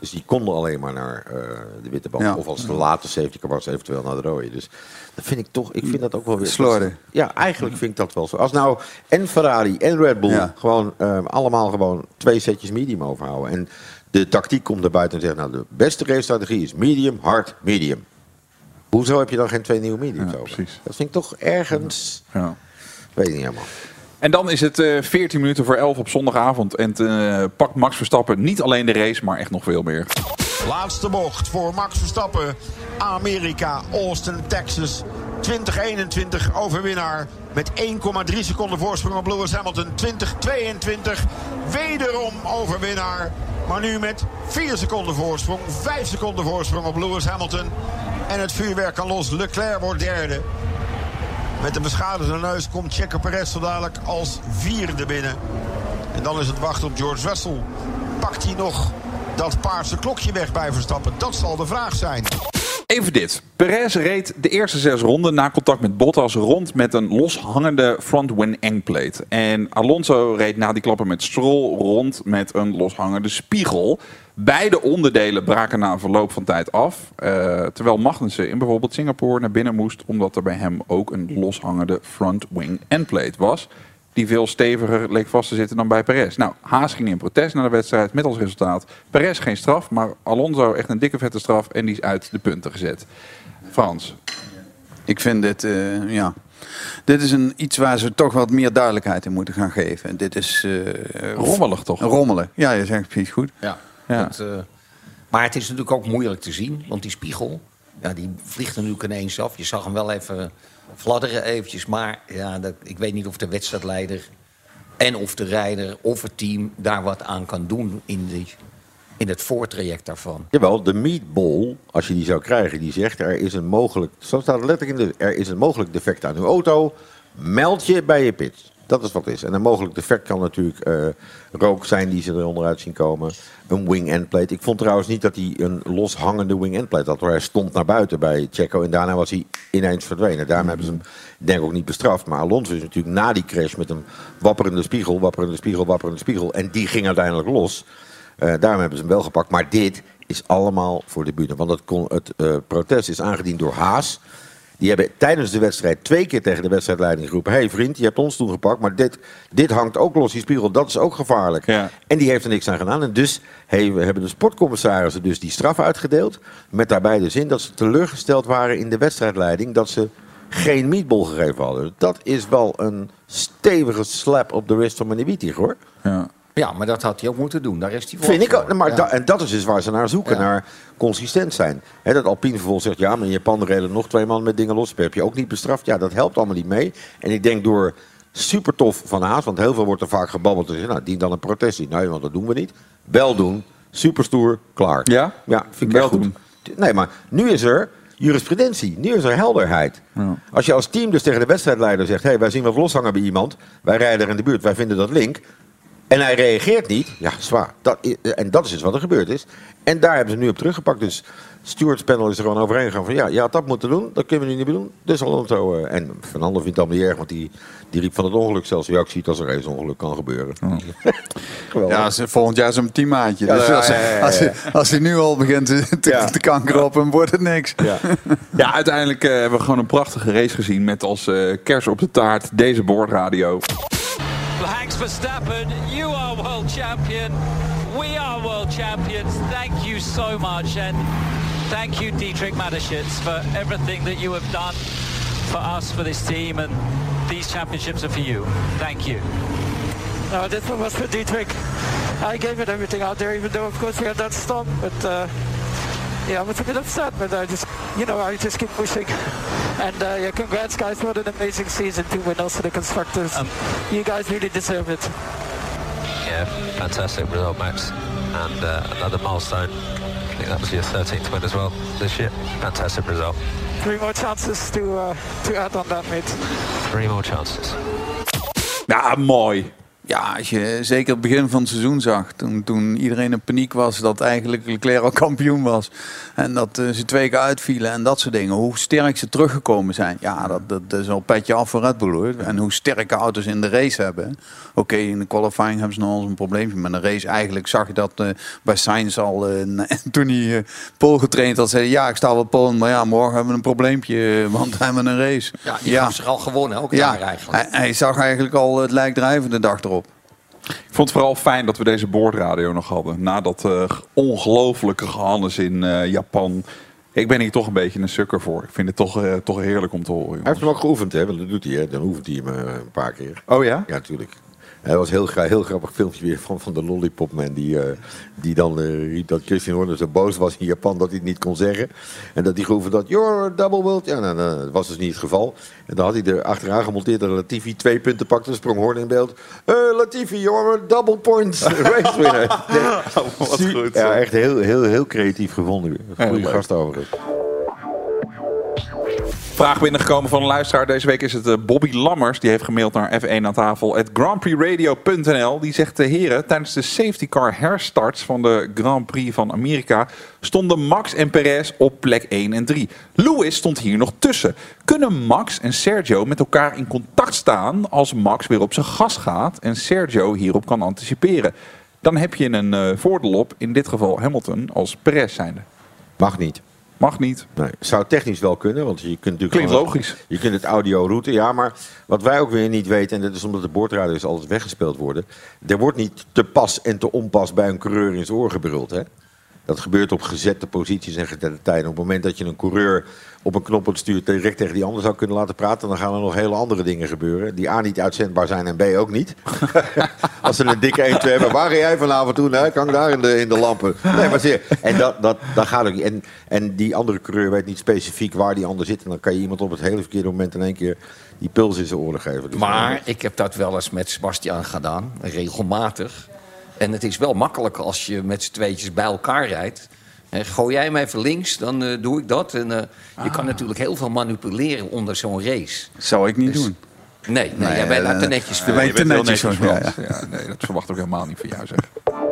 Dus die konden alleen maar naar de witte band. Ja. Of als de late safety car was, eventueel naar de rode. Dus dat vind ik vind dat ook wel weer... Slordig. Ja, eigenlijk vind ik dat wel zo. Als nou en Ferrari en Red Bull gewoon allemaal gewoon 2 setjes medium overhouden. En de tactiek komt naar buiten en zegt, nou, de beste race-strategie is medium, hard, medium. Hoezo heb je dan geen 2 nieuwe mediums over? Precies. Dat vind ik toch ergens... Ja. Weet ik niet helemaal. En dan is het 14 minuten voor 11 op zondagavond. En pakt Max Verstappen niet alleen de race, maar echt nog veel meer. Laatste bocht voor Max Verstappen. Amerika, Austin, Texas. 2021 overwinnaar. Met 1,3 seconden voorsprong op Lewis Hamilton. 2022 wederom overwinnaar. Maar nu met 4 seconden voorsprong. 5 seconden voorsprong op Lewis Hamilton. En het vuurwerk kan los. Leclerc wordt derde. Met een beschadigde neus komt Checo Perez zo dadelijk als 4e binnen. En dan is het wachten op George Russell. Pakt hij nog dat paarse klokje weg bij Verstappen? Dat zal de vraag zijn. Even dit. Perez reed de eerste 6 ronden na contact met Bottas rond met een loshangende front wing endplate. En Alonso reed na die klappen met Stroll rond met een loshangende spiegel. Beide onderdelen braken na een verloop van tijd af. Terwijl Magnussen in bijvoorbeeld Singapore naar binnen moest, omdat er bij hem ook een loshangende front wing endplate was. Die veel steviger leek vast te zitten dan bij Perez. Nou, Haas ging in protest naar de wedstrijd met als resultaat Perez geen straf, maar Alonso echt een dikke vette straf en die is uit de punten gezet. Frans. Ik vind dit, dit is iets waar ze toch wat meer duidelijkheid in moeten gaan geven. Dit is... rommelig toch? Rommelig, ja, je zegt precies goed. Ja. Maar het is natuurlijk ook moeilijk te zien, want die spiegel, die vliegt er natuurlijk ineens af. Je zag hem wel even fladderen eventjes, maar ik weet niet of de wedstrijdleider en of de rijder of het team daar wat aan kan doen in het voortraject daarvan. Jawel, de meatball, als je die zou krijgen, die zegt er is een mogelijk, zo staat het letterlijk in er is een mogelijk defect aan uw auto, meld je bij je pit. Dat is wat het is. En een mogelijk defect kan natuurlijk rook zijn die ze er onderuit zien komen. Een wing endplate. Ik vond trouwens niet dat hij een loshangende wing endplate had. Hij stond naar buiten bij Checo en daarna was hij ineens verdwenen. Daarom hebben ze hem denk ik ook niet bestraft. Maar Alonso is natuurlijk na die crash met een wapperende spiegel. En die ging uiteindelijk los. Daarom hebben ze hem wel gepakt. Maar dit is allemaal voor de bühne. Want het protest is aangediend door Haas. Die hebben tijdens de wedstrijd 2 keer tegen de wedstrijdleiding geroepen. Hé vriend, je hebt ons toen gepakt, maar dit hangt ook los, die spiegel. Dat is ook gevaarlijk. Ja. En die heeft er niks aan gedaan. En dus hebben de sportcommissarissen dus die straf uitgedeeld. Met daarbij de zin dat ze teleurgesteld waren in de wedstrijdleiding. Dat ze geen meatball gegeven hadden. Dat is wel een stevige slap op de wrist van meneer Wietig, hoor. Ja. Ja, maar dat had hij ook moeten doen. Daar is hij voor. Vind ik ook. Maar en dat is dus waar ze naar zoeken, naar consistent zijn. Dat Alpine vervolgens zegt, ja, maar in Japan reden nog 2 man met dingen los. Heb je ook niet bestraft? Ja, dat helpt allemaal niet mee. En ik denk door super tof van Haas, want heel veel wordt er vaak gebabbeld. Dus, dien dan een protest in. Nee, want dat doen we niet. Wel doen. Super stoer. Klaar. Ja? Ja, vind ik wel goed. Nee, maar nu is er jurisprudentie. Nu is er helderheid. Ja. Als je als team dus tegen de wedstrijdleider zegt, hey, wij zien wat loshangen bij iemand. Wij rijden er in de buurt. Wij vinden dat link. En hij reageert niet. Ja, zwaar. En dat is dus wat er gebeurd is. En daar hebben ze nu op teruggepakt. Dus Stewards panel is er gewoon overheen gegaan van je had dat moeten doen. Dat kunnen we nu niet meer doen. Dus Alonso. En Van Ander vindt dat niet erg, want die riep van het ongeluk zelfs. Ja, ik zie het als er eens ongeluk kan gebeuren. Oh. Ja, volgend jaar is een teammaatje. Dus als hij nu al begint te kankeren op hem, wordt het niks. Ja, uiteindelijk hebben we gewoon een prachtige race gezien met als kers op de taart deze boordradio. Max Verstappen, you are world champion. We are world champions. Thank you so much. And thank you, Dietrich Mateschitz, for everything that you have done for us, for this team. And these championships are for you. Thank you. No, this one was for Dietrich. I gave it everything out there, even though, of course, we had that stop. But I was a bit upset, but I just keep pushing. And congrats guys, what an amazing season to win also the constructors. You guys really deserve it. Yeah, fantastic result, Max. And another milestone. I think that was your 13th win as well this year. Fantastic result. 3 more chances to add on that, mate. 3 more chances. Ja, mooi. Ja, als je zeker het begin van het seizoen zag, toen iedereen in paniek was dat eigenlijk Leclerc al kampioen was. En dat ze 2 keer uitvielen en dat soort dingen. Hoe sterk ze teruggekomen zijn. Ja, dat is al petje af voor Red Bull hoor. En hoe sterke auto's in de race hebben. Oké, in de qualifying hebben ze nog eens een probleempje. Maar in de race eigenlijk zag je dat bij Sainz al toen hij pole getraind had. Zei ja, ik sta wel pole, maar ja, morgen hebben we een probleempje. Want we hebben een race. Ja, die gaf zich al gewonnen, ook daar eigenlijk. Hij zag eigenlijk al het lijk drijven de dag erop. Ik vond het vooral fijn dat we deze boordradio nog hadden. Na dat ongelofelijke gehannes in Japan. Ik ben hier toch een beetje een sukker voor. Ik vind het toch heerlijk om te horen. Jongens. Hij heeft hem ook geoefend, hè? Want dat doet hij, hè? Dan oefent hij hem een paar keer. Oh ja? Ja, natuurlijk. Hij was heel grappig filmpje weer van de Lollipopman. Die dan riep dat Christian Horner zo boos was in Japan dat hij het niet kon zeggen. En dat hij geoefend had, you're double world. Ja, nou, dat was dus niet het geval. En dan had hij er achteraan gemonteerd dat Latifi 2 punten pakte. Sprong Horner in beeld. Latifi, you're a double points race winner. Wat goed. Ja, echt heel creatief gevonden. Goede gast overigens. Vraag binnengekomen van een luisteraar. Deze week is het Bobby Lammers. Die heeft gemaild naar f1@grandprixradio.nl. Die zegt, heren, tijdens de safety car herstarts van de Grand Prix van Amerika stonden Max en Perez op plek 1 en 3. Lewis stond hier nog tussen. Kunnen Max en Sergio met elkaar in contact staan als Max weer op zijn gas gaat en Sergio hierop kan anticiperen? Dan heb je een voordeel op, in dit geval Hamilton, als Perez zijnde. Mag niet. Mag niet. Nee, zou technisch wel kunnen, want je kunt natuurlijk... Klinkt logisch. Je kunt het audio routen, ja, maar wat wij ook weer niet weten, en dat is omdat de boordradio's altijd weggespeeld worden, er wordt niet te pas en te onpas bij een coureur in zijn oor gebruld, hè? Dat gebeurt op gezette posities en gezette tijden. Op het moment dat je een coureur op een knop stuurt direct tegen die ander zou kunnen laten praten, dan gaan er nog hele andere dingen gebeuren. Die A niet uitzendbaar zijn en B ook niet. Als ze een dikke 1-2 hebben, waar ga jij vanavond doen? Hè? Kan ik daar in de lampen? Nee, maar zie je. En dat gaat ook niet. En die andere coureur weet niet specifiek waar die ander zit. En dan kan je iemand op het hele verkeerde moment in één keer die puls in zijn oren geven. Dus maar ik heb dat wel eens met Sebastian gedaan, regelmatig. En het is wel makkelijk als je met z'n tweetjes bij elkaar rijdt. Gooi jij hem even links, dan doe ik dat. En je kan natuurlijk heel veel manipuleren onder zo'n race. Zou ik niet doen. Nee, jij bent daar te netjes voor. Je bent wel netjes voor. Ja, nee, dat verwacht ik ook helemaal niet van jou, zeg.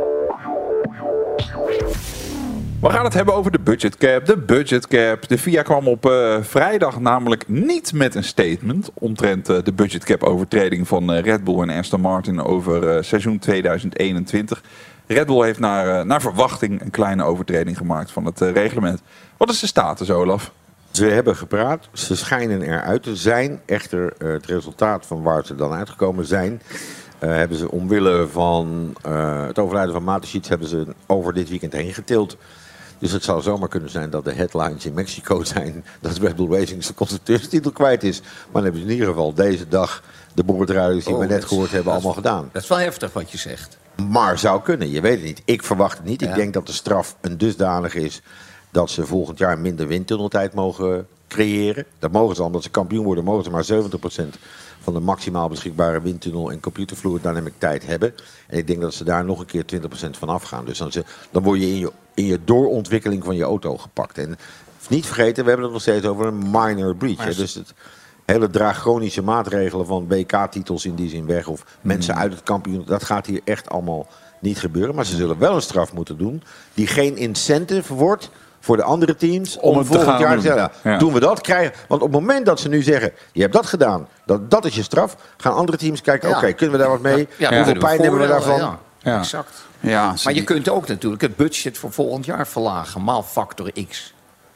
We gaan het hebben over de budgetcap. De budgetcap. De FIA kwam op vrijdag namelijk niet met een statement omtrent de budgetcap overtreding van Red Bull en Aston Martin over seizoen 2021. Red Bull heeft naar verwachting een kleine overtreding gemaakt van het reglement. Wat is de status, Olaf? Ze hebben gepraat, ze schijnen eruit te zijn. Echter, het resultaat van waar ze dan uitgekomen zijn, hebben ze omwille van het overlijden van Mateschitz hebben ze over dit weekend heen getild. Dus het zou zomaar kunnen zijn dat de headlines in Mexico zijn dat Red Bull Racing zijn constructeurstitel kwijt is. Maar dan hebben ze in ieder geval deze dag de boordradio's die we net gehoord hebben allemaal gedaan. Dat is wel heftig wat je zegt. Maar zou kunnen, je weet het niet. Ik verwacht het niet. Ja. Ik denk dat de straf een dusdanig is dat ze volgend jaar minder windtunneltijd mogen creëren. Dat mogen ze, omdat ze kampioen worden, mogen ze maar 70% van de maximaal beschikbare windtunnel en computerfluid dynamic tijd hebben. En ik denk dat ze daar nog een keer 20% van afgaan. Dus dan word je in je doorontwikkeling van je auto gepakt. En niet vergeten, we hebben het nog steeds over een minor breach. Hè? Dus het hele dragonische maatregelen van WK-titels in die zin weg of mensen uit het kampioen, dat gaat hier echt allemaal niet gebeuren. Maar ze zullen wel een straf moeten doen die geen incentive wordt voor de andere teams om het volgend jaar te zeggen, doen we dat, krijgen. Want op het moment dat ze nu zeggen, je hebt dat gedaan, dat is je straf, gaan andere teams kijken, oké, kunnen we daar wat mee? Hoeveel pijn hebben we daarvan? Ja. Exact. Ja, maar je kunt ook natuurlijk het budget voor volgend jaar verlagen, maal factor X.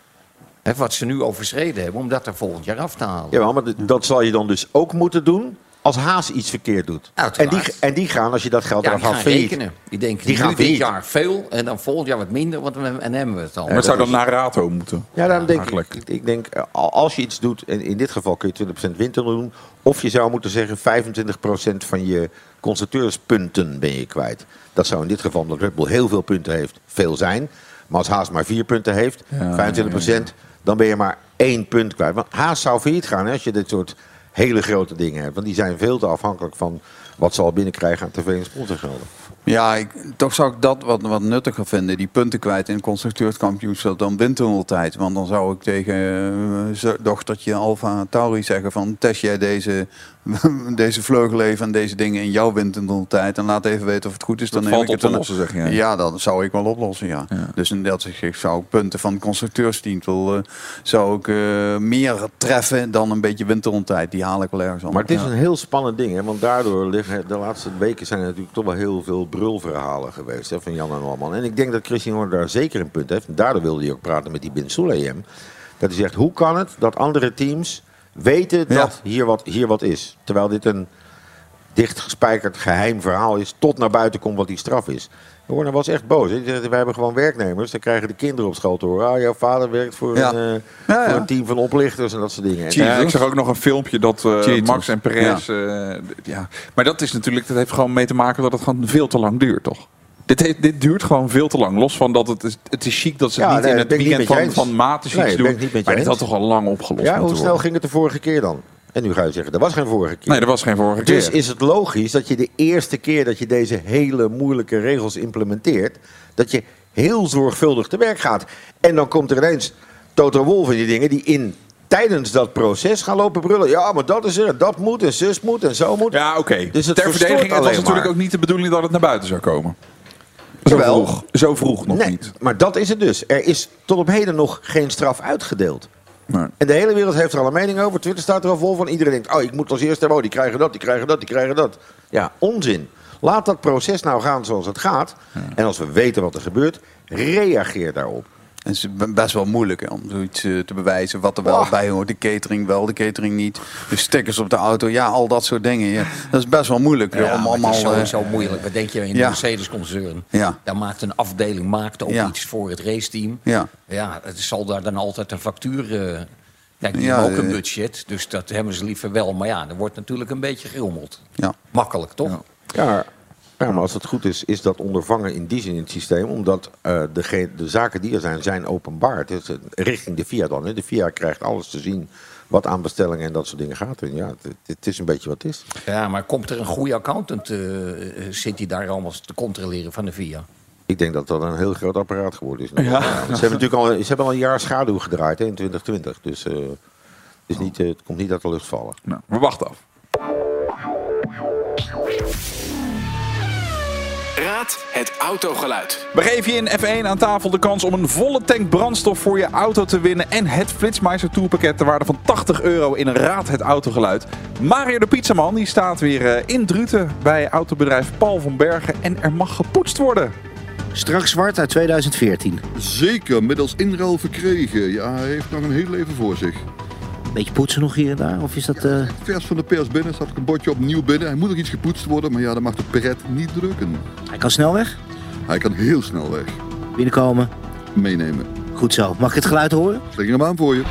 Wat ze nu overschreden hebben, om dat er volgend jaar af te halen. Ja, maar dat zal je dan dus ook moeten doen als Haas iets verkeerd doet. En die gaan, als je dat geld eraf haalt, rekenen. Die denken, die gaan dit jaar veel en dan volgend jaar wat minder, want dan hebben we het al. Maar het zou dan naar Rato moeten. Ja, dan denk ik denk, als je iets doet, en in dit geval kun je 20% windtunnel doen, of je zou moeten zeggen 25% van je constructeurspunten ben je kwijt. Dat zou in dit geval, omdat Red Bull heel veel punten heeft, veel zijn. Maar als Haas maar 4 punten heeft, 25%, dan ben je maar 1 punt kwijt. Want Haas zou failliet gaan, hè, als je dit soort hele grote dingen hebt. Want die zijn veel te afhankelijk van wat ze al binnenkrijgen aan tv- en sponsorgelden. Ja, toch zou ik dat wat nuttiger vinden. Die punten kwijt in het constructeurskampioenschap dan windtunneltijd. Want dan zou ik tegen dochtertje Alfa Tauri zeggen van... test jij deze vleugel even en deze dingen in jouw windtunneltijd... en laat even weten of het goed is. Dat dan valt neem ik op het te lossen, zeg je. Ja, dat zou ik wel oplossen, ja. Dus in dat opzicht zou ik punten van het constructeurstitel... zou ik meer treffen dan een beetje windtunneltijd. Die haal ik wel ergens anders. Maar het is een heel spannend ding, hè? Want daardoor liggen de laatste weken zijn er natuurlijk toch wel heel veel brulverhalen geweest, hè, van Jan en Norman. En ik denk dat Christian Horner daar zeker een punt heeft. En daardoor wilde hij ook praten met die Bin Sulayem. Dat hij zegt, hoe kan het dat andere teams weten dat hier wat is? Terwijl dit een dichtgespijkerd geheim verhaal is, tot naar buiten komt wat die straf is. Horner was echt boos. Hij zegt, wij hebben gewoon werknemers. Dan krijgen de kinderen op school te horen. Jouw vader werkt voor een team van oplichters en dat soort dingen. Ja, ik zag ook nog een filmpje dat Max en Perez... Maar dat is natuurlijk, dat heeft gewoon mee te maken dat het gewoon veel te lang duurt, toch? Dit duurt gewoon veel te lang. Los van dat het is chic dat ze het niet in het weekend van Mateschitz doen. Maar dit had toch al lang opgelost. Ja, hoe snel ging het de vorige keer dan? En nu ga je zeggen, dat was geen vorige keer. Nee, dat was geen vorige keer. Dus is het logisch dat je de eerste keer dat je deze hele moeilijke regels implementeert, dat je heel zorgvuldig te werk gaat. En dan komt er ineens Toto Wolff en die dingen die tijdens dat proces gaan lopen brullen. Ja, maar dat is er, dat moet en zus moet en zo moet. Ja, oké. Dus ter verdediging, het was natuurlijk ook niet de bedoeling dat het naar buiten zou komen. Zo vroeg nog niet. Maar dat is het dus. Er is tot op heden nog geen straf uitgedeeld. Nee. En de hele wereld heeft er al een mening over. Twitter staat er al vol van. Iedereen denkt, ik moet als eerste hebben. Die krijgen dat, die krijgen dat, die krijgen dat. Ja, onzin. Laat dat proces nou gaan zoals het gaat. Ja. En als we weten wat er gebeurt, reageer daarop. Het is best wel moeilijk hè, om zoiets te bewijzen. Wat er wel bij hoort. De catering wel, de catering niet. De stickers op de auto. Ja, al dat soort dingen. Ja. Dat is best wel moeilijk. Ja, het is sowieso moeilijk. Wat denk je in de Mercedes-concern? Ja. Daar maakt een afdeling ook iets voor het raceteam. Ja. Ja, het zal daar dan altijd een factuur... Kijk, die hebben ook een budget. Dus dat hebben ze liever wel. Maar ja, er wordt natuurlijk een beetje gerommeld. Ja. Makkelijk, toch? Ja, maar als het goed is dat ondervangen in die zin in het systeem. Omdat de zaken die er zijn openbaar. Dus, richting de FIA dan. Hè. De FIA krijgt alles te zien wat aan bestellingen en dat soort dingen gaat. En ja, het is een beetje wat het is. Ja, maar komt er een goede accountant? Zit hij daar allemaal te controleren van de FIA? Ik denk dat dat een heel groot apparaat geworden is. Ja. Ze hebben al een jaar schaduw gedraaid in 2020. Dus het komt niet uit de lucht vallen. Nou, we wachten af. Raad het autogeluid. We geven je in F1 aan tafel de kans om een volle tank brandstof voor je auto te winnen. En het Flitsmeister Tourpakket ter waarde van €80 in Raad het autogeluid. Mario de Pizzaman die staat weer in Druten bij autobedrijf Paul van Bergen. En er mag gepoetst worden. Strak zwart uit 2014. Zeker, middels inruil verkregen. Ja, hij heeft nog een heel leven voor zich. Beetje poetsen nog hier en daar? Of is dat... Vers van de pers binnen, staat een bordje opnieuw binnen. Hij moet nog iets gepoetst worden, maar ja, dat mag de pret niet drukken. Hij kan snel weg? Hij kan heel snel weg. Binnenkomen? Meenemen. Goed zo. Mag ik het geluid horen? Slik hem aan voor je.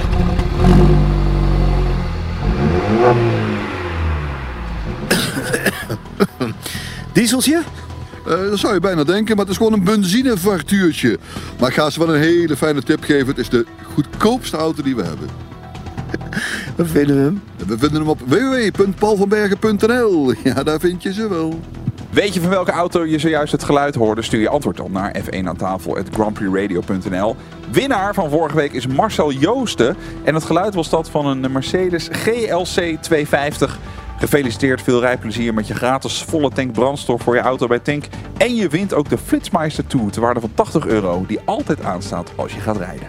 Dieseltje? Dat zou je bijna denken, maar het is gewoon een benzinevartuurtje. Maar ik ga ze wel een hele fijne tip geven. Het is de goedkoopste auto die we hebben. Waar vinden we hem? We vinden hem op www.paulvanbergen.nl. Ja, daar vind je ze wel. Weet je van welke auto je zojuist het geluid hoorde? Stuur je antwoord dan naar F1 aan tafel @grandprixradio.nl. Winnaar van vorige week is Marcel Joosten. En het geluid was dat van een Mercedes GLC 250. Gefeliciteerd, veel rijplezier met je gratis volle tank brandstof voor je auto bij Tank. En je wint ook de Flitsmeister Tour ter waarde van €80, die altijd aanstaat als je gaat rijden.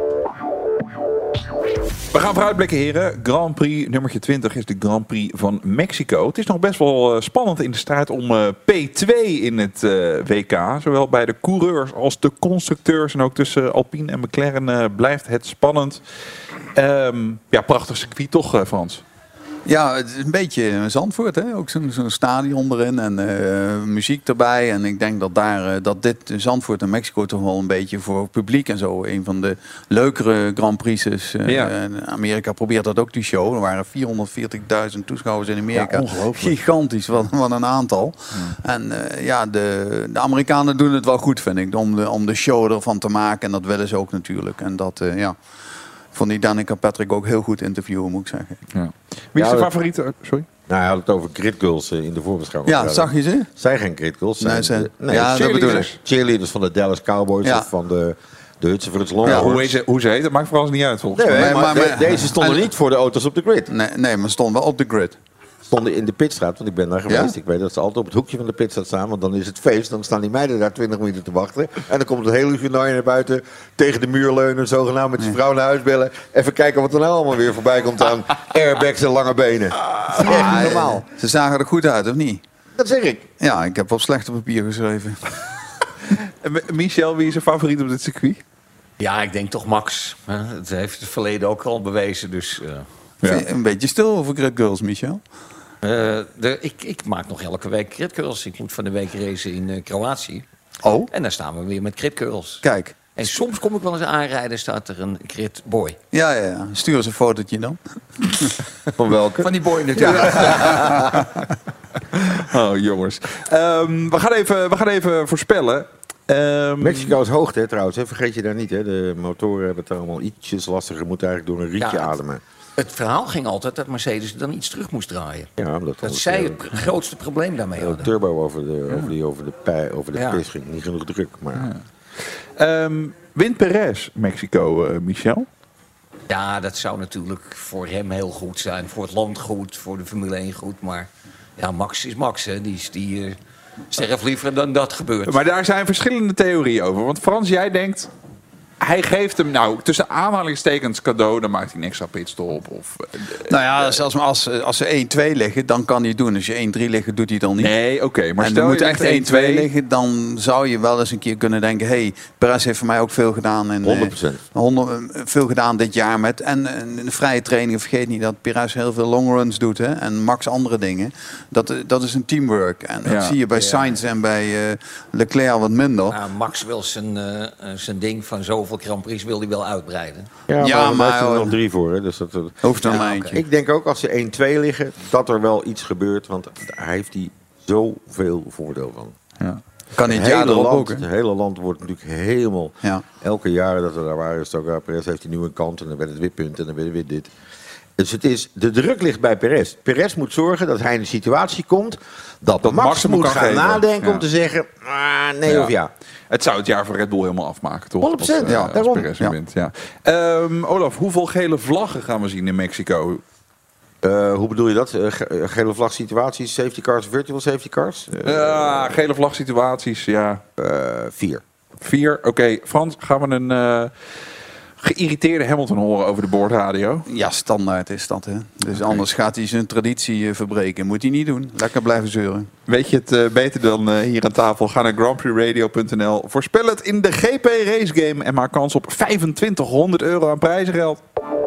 We gaan vooruitblikken, heren. Grand Prix nummertje 20 is de Grand Prix van Mexico. Het is nog best wel spannend in de strijd om P2 in het WK. Zowel bij de coureurs als de constructeurs. En ook tussen Alpine en McLaren blijft het spannend. Prachtig circuit toch, Frans? Ja, het is een beetje Zandvoort, hè? Ook zo'n stadion erin en muziek erbij. En ik denk dat dit Zandvoort en Mexico toch wel een beetje voor publiek en zo een van de leukere Grand Prix is. Amerika probeert dat ook, die show. Er waren 440.000 toeschouwers in Amerika. Ja, ongelooflijk. Gigantisch, wat een aantal. Ja. En de Amerikanen doen het wel goed, vind ik, om de show ervan te maken. En dat willen ze ook natuurlijk. En dat, vond die Danica Patrick ook heel goed interviewen, moet ik zeggen. Ja. Wie is de favoriete? Sorry? Nou, hij had het over Grid Girls in de voorbeschouwing. Ja, zag je ze? Zij geen Grid Girls. Cheerleaders van de Dallas Cowboys of van de Hudson Fruits Longhorns. Ja, hoe ze heet, dat maakt vooral niet uit volgens mij. Nee, maar deze stonden niet voor de auto's op de grid. Nee, maar stonden wel op de grid. Stonden in de pitstraat, want ik ben daar geweest. Ja? Ik weet dat ze altijd op het hoekje van de pitstraat staan, want dan is het feest. Dan staan die meiden daar 20 minuten te wachten. En dan komt het hele journaal naar buiten, tegen de muur leunen, zogenaamd met zijn vrouw naar huis bellen. Even kijken wat er nou allemaal weer voorbij komt aan airbags en lange benen. Echt normaal. Ze zagen er goed uit, of niet? Dat zeg ik. Ja, ik heb op slechte papier geschreven. Michel, wie is je favoriet op dit circuit? Ja, ik denk toch Max. Het heeft het verleden ook al bewezen, dus... Een beetje stil over Grid Girls, Michel. Ik maak nog elke week Grid Girls. Ik moet van de week racen in Kroatië. Oh. En dan staan we weer met Grid Girls. Kijk. En soms kom ik wel eens aanrijden, staat er een Grid Boy. Ja. Stuur eens een fotootje dan. Van welke? Van die boy natuurlijk. Ja. Oh, jongens. We gaan even voorspellen. Mexico is hoogte, hè, trouwens. Vergeet je daar niet. Hè. De motoren hebben het allemaal ietsjes lastiger. Moeten eigenlijk door een rietje ademen. Het verhaal ging altijd dat Mercedes dan iets terug moest draaien. Ja, dat zij het grootste probleem daarmee hadden. Turbo over de pis ging. Niet genoeg druk. Maar... Wint Perez Mexico, Michel? Ja, dat zou natuurlijk voor hem heel goed zijn. Voor het land goed, voor de Formule 1 goed. Maar ja, Max is Max. Hè. Die sterft liever dan dat gebeurt. Maar daar zijn verschillende theorieën over. Want Frans, jij denkt... Hij geeft hem tussen aanhalingstekens cadeau, dan maakt hij een extra pitstop. Nou ja, zelfs als ze 1-2 liggen, dan kan hij het doen. Als je 1-3 liggen, doet hij dan niet. Nee, oké. Maar en stel er moet je echt 1-2 liggen, dan zou je wel eens een keer kunnen denken... hey, Perez heeft voor mij ook veel gedaan. En, 100%. Veel gedaan dit jaar met. En de vrije trainingen, vergeet niet dat Perez heel veel longruns doet. Hè, en Max andere dingen. Dat is een teamwork. En dat zie je bij Sainz en bij Leclerc wat minder. Max wil zijn ding van zoveel Grand Prix wil hij wel uitbreiden. Ja, maar er nog 3 voor. Hè, dus dat hoeft dan eentje. Ik denk ook als ze 1-2 liggen, dat er wel iets gebeurt. Want daar heeft hij zoveel voordeel van. Ja. Kan in het jaar erop ook. Het hele land wordt natuurlijk helemaal... Ja. Elke jaar dat we daar waren, is het ook... Perez heeft hij nu een kant en dan werd het weer punt en dan werd het weer dit. Dus de druk ligt bij Perez. Perez moet zorgen dat hij in de situatie komt... dat Max moet gaan nadenken om te zeggen... nee of ja. Het zou het jaar voor Red Bull helemaal afmaken, toch? 100%, als Perez wint. Ja. Olaf, hoeveel gele vlaggen gaan we zien in Mexico? Hoe bedoel je dat? Gele vlag situaties, safety cars, virtual safety cars? Gele vlag situaties, ja. 4. 4, oké. Frans, gaan we een... geïrriteerde Hamilton horen over de boordradio? Ja, standaard is dat. Hè? Dus anders gaat hij zijn traditie verbreken. Moet hij niet doen. Lekker blijven zeuren. Weet je het beter dan hier aan tafel? Ga naar grandprixradio.nl. Voorspel het in de GP Race Game en maak kans op €2500 aan prijzengeld.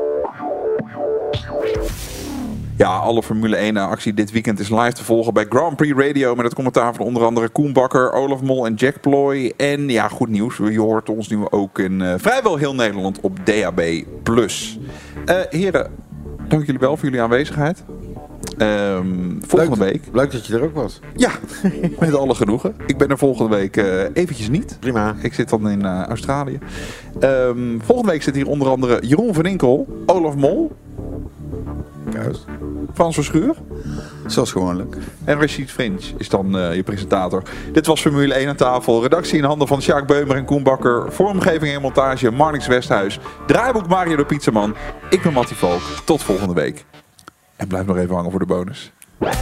Ja, alle Formule 1 actie dit weekend is live te volgen bij Grand Prix Radio. Met het commentaar van onder andere Koen Bakker, Olaf Mol en Jack Ploy. En ja, goed nieuws. Je hoort ons nu ook in vrijwel heel Nederland op DAB+. Heren, dank jullie wel voor jullie aanwezigheid. Volgende week. Leuk dat je er ook was. Ja, met alle genoegen. Ik ben er volgende week eventjes niet. Prima. Ik zit dan in Australië. Volgende week zit hier onder andere Jeroen van Inkel, Olaf Mol. Juist. Frans Verschuur. Zoals gewoonlijk. En Rashid Fringe is dan je presentator. Dit was Formule 1 aan tafel. Redactie in handen van Sjaak Beumer en Koen Bakker. Vormgeving en montage Marnix Westhuis. Draaiboek Mario de Pizzaman. Ik ben Mattie Valk. Tot volgende week. En blijf nog even hangen voor de bonus.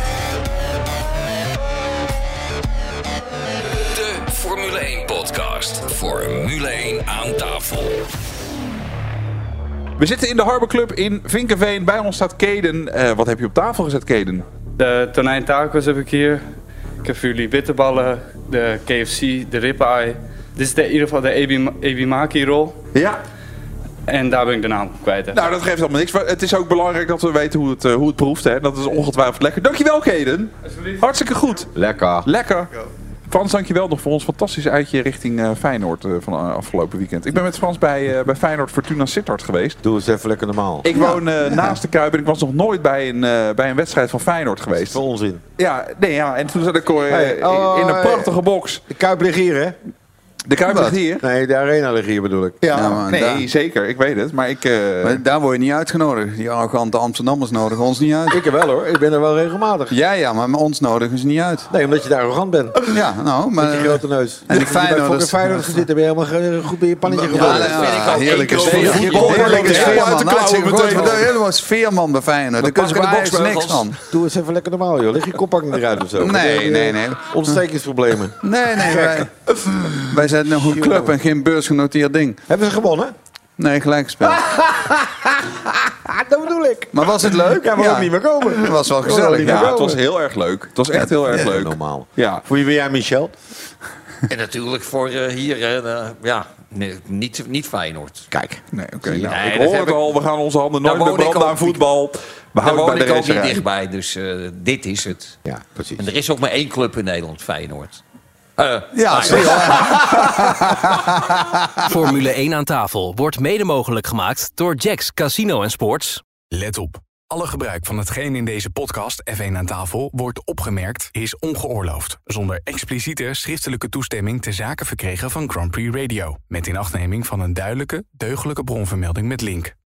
De Formule 1 podcast. Formule 1 aan tafel. We zitten in de Harbor Club in Vinkenveen. Bij ons staat Kaden. Wat heb je op tafel gezet, Kaden? De tonijntacos heb ik hier. Ik heb voor jullie bitterballen, de KFC, de ribeye. Dit is in ieder geval de ebimaki rol. Ja. En daar ben ik de naam op kwijt. Hè. Nou, dat geeft allemaal niks. Maar het is ook belangrijk dat we weten hoe het proeft. Hè. Dat is ongetwijfeld lekker. Dankjewel, Kaden. Hartstikke goed. Lekker. Frans, dankjewel nog voor ons fantastische uitje richting Feyenoord van afgelopen weekend. Ik ben met Frans bij Feyenoord Fortuna Sittard geweest. Doe eens even lekker normaal. Ik woon naast de Kuip en ik was nog nooit bij een wedstrijd van Feyenoord geweest. Dat is wel onzin. Ja, en toen zat ik in een prachtige box. De Kuip ligt hier, hè? De Kuip ligt hier? Nee, de Arena ligt hier bedoel ik. Ja, maar nee, zeker. Ik weet het. Maar maar daar word je niet uitgenodigd. Die arrogante Amsterdammers nodigen ons niet uit. Ik wel hoor. Ik ben er wel regelmatig. Ja, maar ons nodigen ze niet uit. Nee, omdat je daar arrogant bent. Ja, nou, maar... Met je grote neus. En die Feyenoord gezeten, ben je helemaal goed bij je pannetje geworden. Heerlijke sfeer. Heerlijke sfeer, man. Helemaal sfeerman bij Feyenoord. Daar kunnen ze bij Ajax niks van. Doe eens even lekker normaal, joh. Lig je koppakking eruit of zo? Nee. Ontstekingsproblemen. Nee. Wij zijn een goede club en geen beursgenoteerd ding. Hebben ze gewonnen? Nee, gelijk gespeeld. Dat bedoel ik. Maar was het leuk? Ja, we ook niet meer komen. Het was wel gezellig. Ja, het was heel erg leuk. Het was echt heel erg leuk. Normaal. Ja. Voor wie jij, Michel? En natuurlijk voor hier, niet Feyenoord. Kijk. Nee, oké. Nou, Nee, ik dat hoor heb het ik- al. We gaan onze handen nooit Daar meer woon ik branden aan ook niet. voetbal. We Daar houden woon bij de ik ook niet racerij. dichtbij, dus dit is het. Ja, precies. En er is ook maar 1 club in Nederland, Feyenoord. Ja, Formule 1 aan tafel wordt mede mogelijk gemaakt door Jack's Casino en Sports. Let op. Alle gebruik van hetgeen in deze podcast F1 aan tafel wordt opgemerkt is ongeoorloofd. Zonder expliciete schriftelijke toestemming ter zake verkregen van Grand Prix Radio. Met inachtneming van een duidelijke, deugdelijke bronvermelding met link.